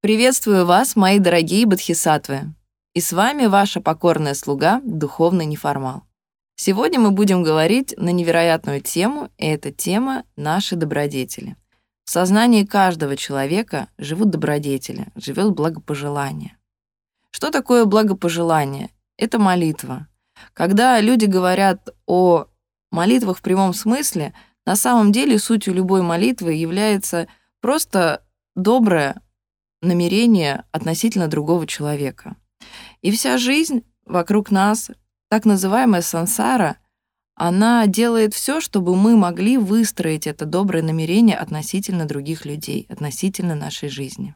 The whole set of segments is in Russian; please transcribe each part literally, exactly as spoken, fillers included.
Приветствую вас, мои дорогие бодхисаттвы! И с вами ваша покорная слуга, духовный неформал. Сегодня мы будем говорить на невероятную тему, и эта тема — наши добродетели. В сознании каждого человека живут добродетели, живет благопожелание. Что такое благопожелание? Это молитва. Когда люди говорят о молитвах в прямом смысле, на самом деле сутью любой молитвы является просто доброе намерение относительно другого человека. И вся жизнь вокруг нас, так называемая сансара, она делает все, чтобы мы могли выстроить это доброе намерение относительно других людей, относительно нашей жизни.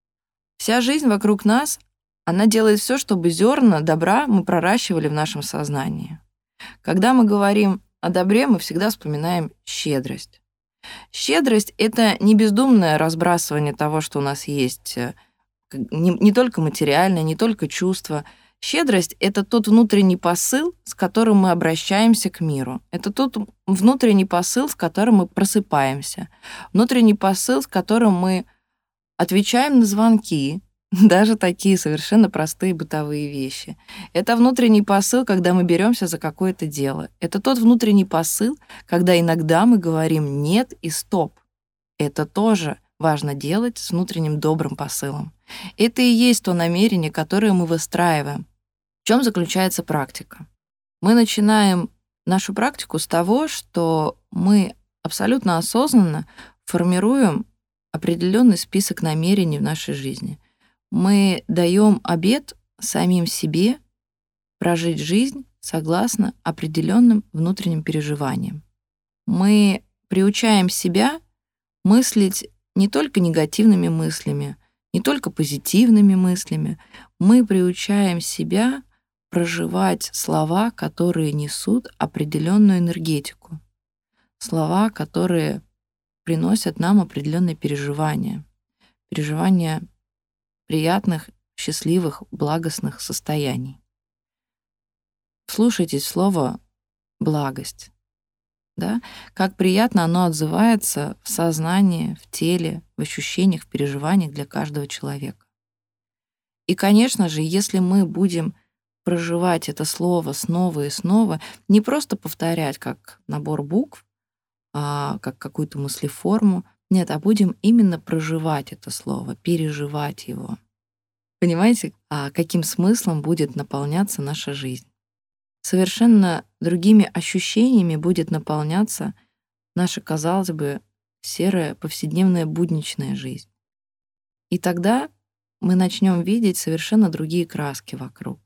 Вся жизнь вокруг нас, она делает все, чтобы зерна добра мы проращивали в нашем сознании. Когда мы говорим о добре, мы всегда вспоминаем щедрость. Щедрость — это не бездумное разбрасывание того, что у нас есть, не, не только материальное, не только чувство. Щедрость — это тот внутренний посыл, с которым мы обращаемся к миру. Это тот внутренний посыл, с которым мы просыпаемся. Внутренний посыл, с которым мы отвечаем на звонки, даже такие совершенно простые бытовые вещи. Это внутренний посыл, когда мы беремся за какое-то дело. Это тот внутренний посыл, когда иногда мы говорим «нет» и «стоп». Это тоже важно делать с внутренним добрым посылом. Это и есть то намерение, которое мы выстраиваем. В чем заключается практика? Мы начинаем нашу практику с того, что мы абсолютно осознанно формируем определенный список намерений в нашей жизни. Мы даем обет самим себе прожить жизнь согласно определенным внутренним переживаниям. Мы приучаем себя мыслить не только негативными мыслями, не только позитивными мыслями. Мы приучаем себя проживать слова, которые несут определенную энергетику, слова, которые приносят нам определенные переживания, переживания приятных, счастливых, благостных состояний. Вслушайтесь в слово «благость». Да? Как приятно оно отзывается в сознании, в теле, в ощущениях, в переживаниях для каждого человека. И, конечно же, если мы будем проживать это слово снова и снова, не просто повторять как набор букв, а как какую-то мыслеформу, нет, а будем именно проживать это слово, переживать его. Понимаете, а каким смыслом будет наполняться наша жизнь? Совершенно другими ощущениями будет наполняться наша, казалось бы, серая повседневная будничная жизнь. И тогда мы начнем видеть совершенно другие краски вокруг.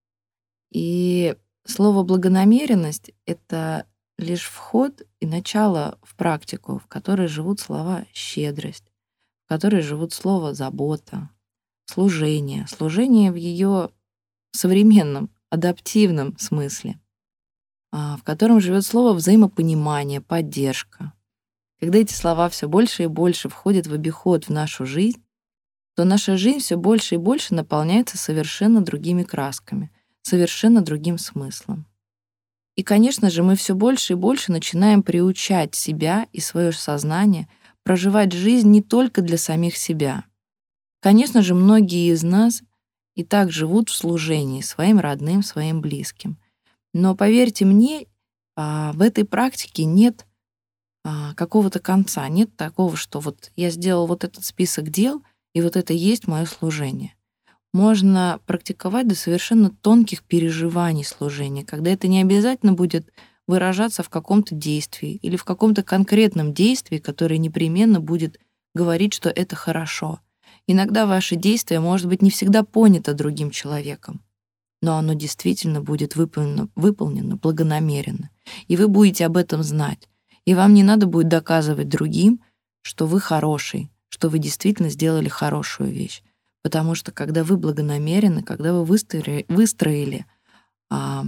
И слово «благонамеренность» — это лишь вход и начало в практику, в которой живут слова «щедрость», в которой живут слова «забота», «служение», служение в ее современном, адаптивном смысле, в котором живет слово «взаимопонимание», «поддержка». Когда эти слова все больше и больше входят в обиход в нашу жизнь, то наша жизнь все больше и больше наполняется совершенно другими красками, совершенно другим смыслом. И, конечно же, мы все больше и больше начинаем приучать себя и свое сознание проживать жизнь не только для самих себя. Конечно же, многие из нас и так живут в служении своим родным, своим близким. Но поверьте мне, в этой практике нет какого-то конца, нет такого, что вот я сделал вот этот список дел, и вот это есть мое служение. Можно практиковать до совершенно тонких переживаний служения, когда это не обязательно будет выражаться в каком-то действии или в каком-то конкретном действии, которое непременно будет говорить, что это хорошо. Иногда ваше действие может быть не всегда понято другим человеком, но оно действительно будет выполнено, выполнено благонамеренно, и вы будете об этом знать. И вам не надо будет доказывать другим, что вы хороший, что вы действительно сделали хорошую вещь. Потому что когда вы благонамерены, когда вы выстроили, выстроили а,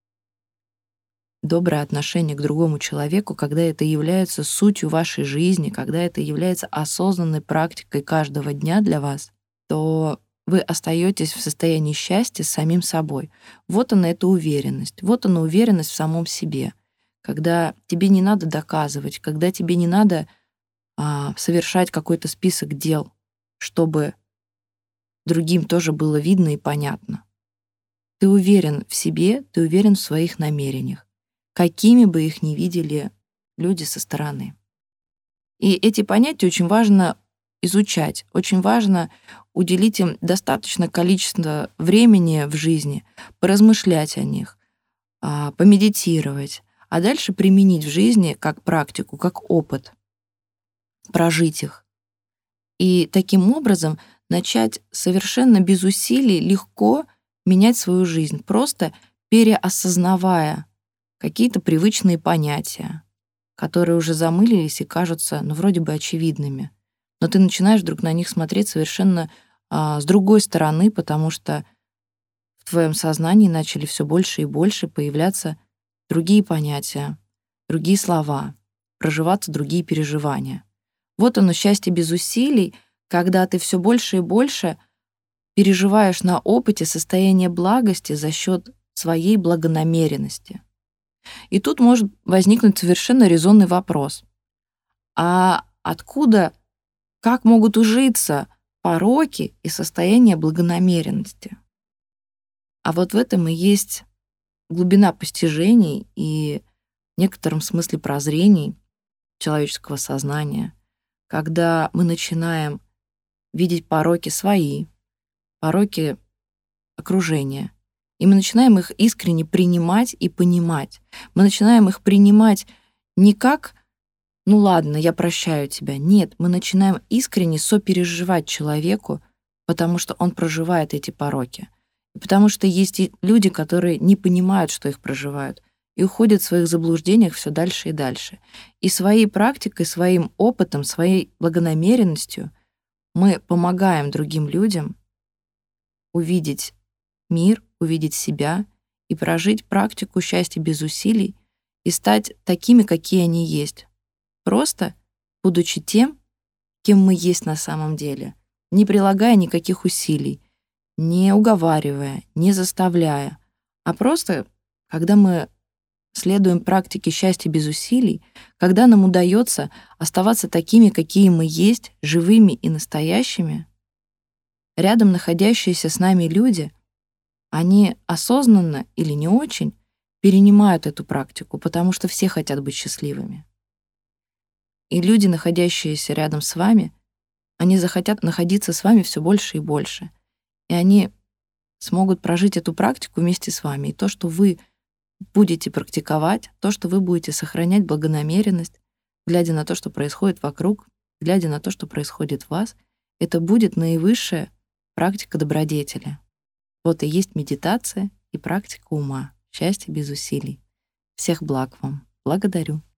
доброе отношение к другому человеку, когда это является сутью вашей жизни, когда это является осознанной практикой каждого дня для вас, то вы остаетесь в состоянии счастья с самим собой. Вот она, эта уверенность. Вот она, уверенность в самом себе. Когда тебе не надо доказывать, когда тебе не надо а, совершать какой-то список дел, чтобы другим тоже было видно и понятно. Ты уверен в себе, ты уверен в своих намерениях, какими бы их ни видели люди со стороны. И эти понятия очень важно изучать, очень важно уделить им достаточное количество времени в жизни, поразмышлять о них, а, помедитировать, а дальше применить в жизни как практику, как опыт, прожить их. И таким образом начать совершенно без усилий легко менять свою жизнь, просто переосознавая какие-то привычные понятия, которые уже замылились и кажутся, ну, вроде бы очевидными. Но ты начинаешь вдруг на них смотреть совершенно а, с другой стороны, потому что в твоем сознании начали все больше и больше появляться другие понятия, другие слова, проживаться другие переживания. Вот оно, счастье без усилий, когда ты все больше и больше переживаешь на опыте состояние благости за счет своей благонамеренности. И тут может возникнуть совершенно резонный вопрос. А откуда, как могут ужиться пороки и состояние благонамеренности? А вот в этом и есть глубина постижений и в некотором смысле прозрений человеческого сознания, когда мы начинаем видеть пороки свои, пороки окружения, и мы начинаем их искренне принимать и понимать. Мы начинаем их принимать не как «ну ладно, я прощаю тебя». Нет, мы начинаем искренне сопереживать человеку, потому что он проживает эти пороки. И потому что есть и люди, которые не понимают, что их проживают, и уходят в своих заблуждениях все дальше и дальше. И своей практикой, своим опытом, своей благонамеренностью мы помогаем другим людям увидеть мир, увидеть себя и прожить практику счастья без усилий и стать такими, какие они есть. Просто будучи тем, кем мы есть на самом деле, не прилагая никаких усилий, не уговаривая, не заставляя, а просто, когда мы следуем практике счастья без усилий, когда нам удается оставаться такими, какие мы есть, живыми и настоящими, рядом находящиеся с нами люди, они осознанно или не очень перенимают эту практику, потому что все хотят быть счастливыми. И люди, находящиеся рядом с вами, они захотят находиться с вами все больше и больше. И они смогут прожить эту практику вместе с вами. И то, что вы будете практиковать, то, что вы будете сохранять благонамеренность, глядя на то, что происходит вокруг, глядя на то, что происходит в вас, это будет наивысшая практика добродетели. Вот и есть медитация и практика ума. Счастье без усилий. Всех благ вам. Благодарю.